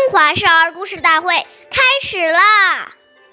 华少儿故事大会开始啦！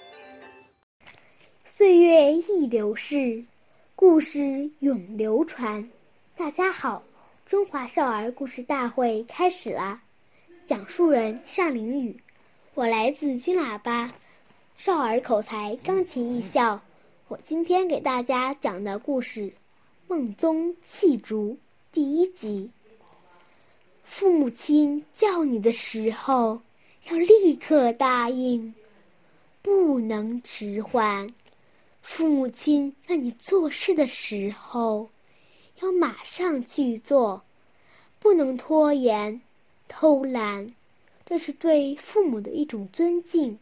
岁月易流逝，故事永流传。大家好，中华少儿故事大会开始啦！讲述人尚凌宇，我来自金喇叭少儿口才钢琴艺校。我今天给大家讲的故事《梦中弃竹》第1集。父母亲叫你的时候，要立刻答应，不能迟缓。父母亲让你做事的时候，要马上去做，不能拖延、偷懒，这是对父母的一种尊敬。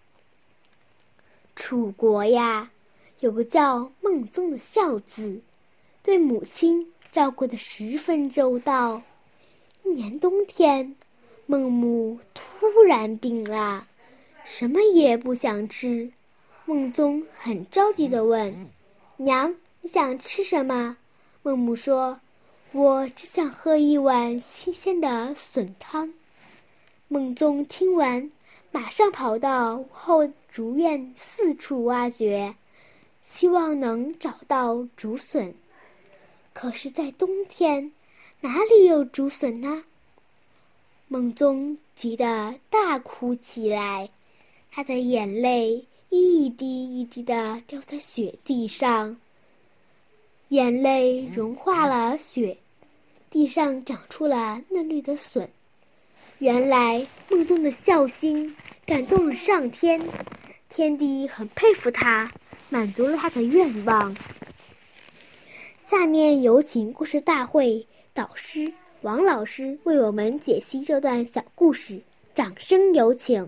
楚国呀，有个叫孟宗的孝子，对母亲照顾得十分周到。一年冬天，孟母突然病了，什么也不想吃。孟宗很着急地问：“娘，你想吃什么？”孟母说：“我只想喝一碗新鲜的笋汤。”孟宗听完，马上跑到屋后竹院四处挖掘，希望能找到竹笋。可是在冬天，哪里有竹笋呢？孟宗急得大哭起来，他的眼泪一滴一滴地掉在雪地上，眼泪融化了雪，地上长出了嫩绿的笋。原来孟宗的孝心感动了上天，天帝很佩服他，满足了他的愿望。下面有请故事大会导师王老师为我们解析这段小故事，掌声有请。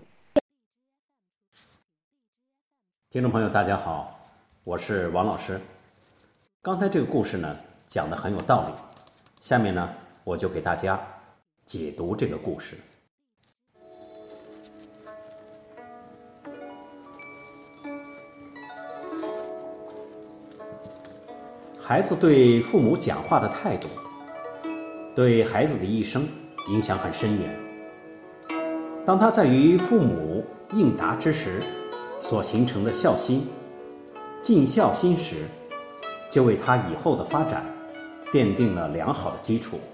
听众朋友大家好，我是王老师。刚才这个故事呢讲得很有道理，下面呢我就给大家解读这个故事。孩子对父母讲话的态度，对孩子的一生影响很深远。当他在与父母应答之时所形成的孝心、尽孝心时，就为他以后的发展奠定了良好的基础。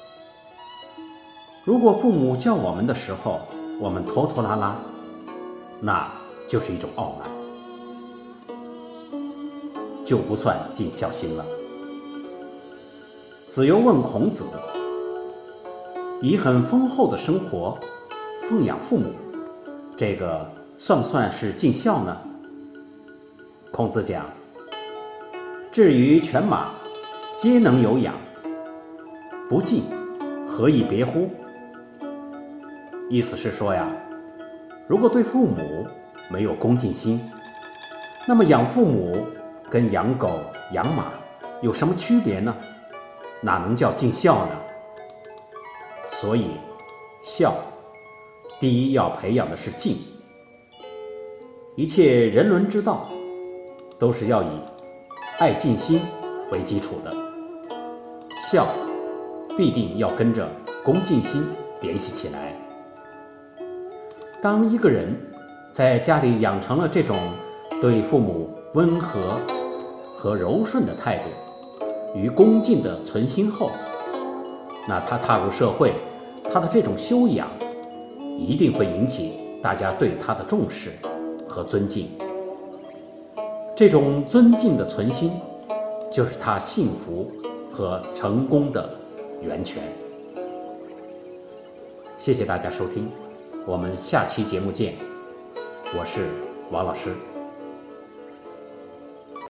如果父母叫我们的时候，我们拖拖拉拉，那就是一种傲慢，就不算尽孝心了。子游问孔子，以很丰厚的生活奉养父母，这个算不算是尽孝呢？孔子讲：至于犬马，皆能有养，不尽，何以别乎？意思是说呀，如果对父母没有恭敬心，那么养父母跟养狗养马有什么区别呢？哪能叫尽孝呢？所以孝第一要培养的是敬。一切人伦之道都是要以爱敬心为基础的，孝必定要跟着恭敬心联系起来。当一个人在家里养成了这种对父母温和和柔顺的态度与恭敬的存心后，那他踏入社会，他的这种修养一定会引起大家对他的重视和尊敬。这种尊敬的存心，就是他幸福和成功的源泉。谢谢大家收听，我们下期节目见。我是王老师。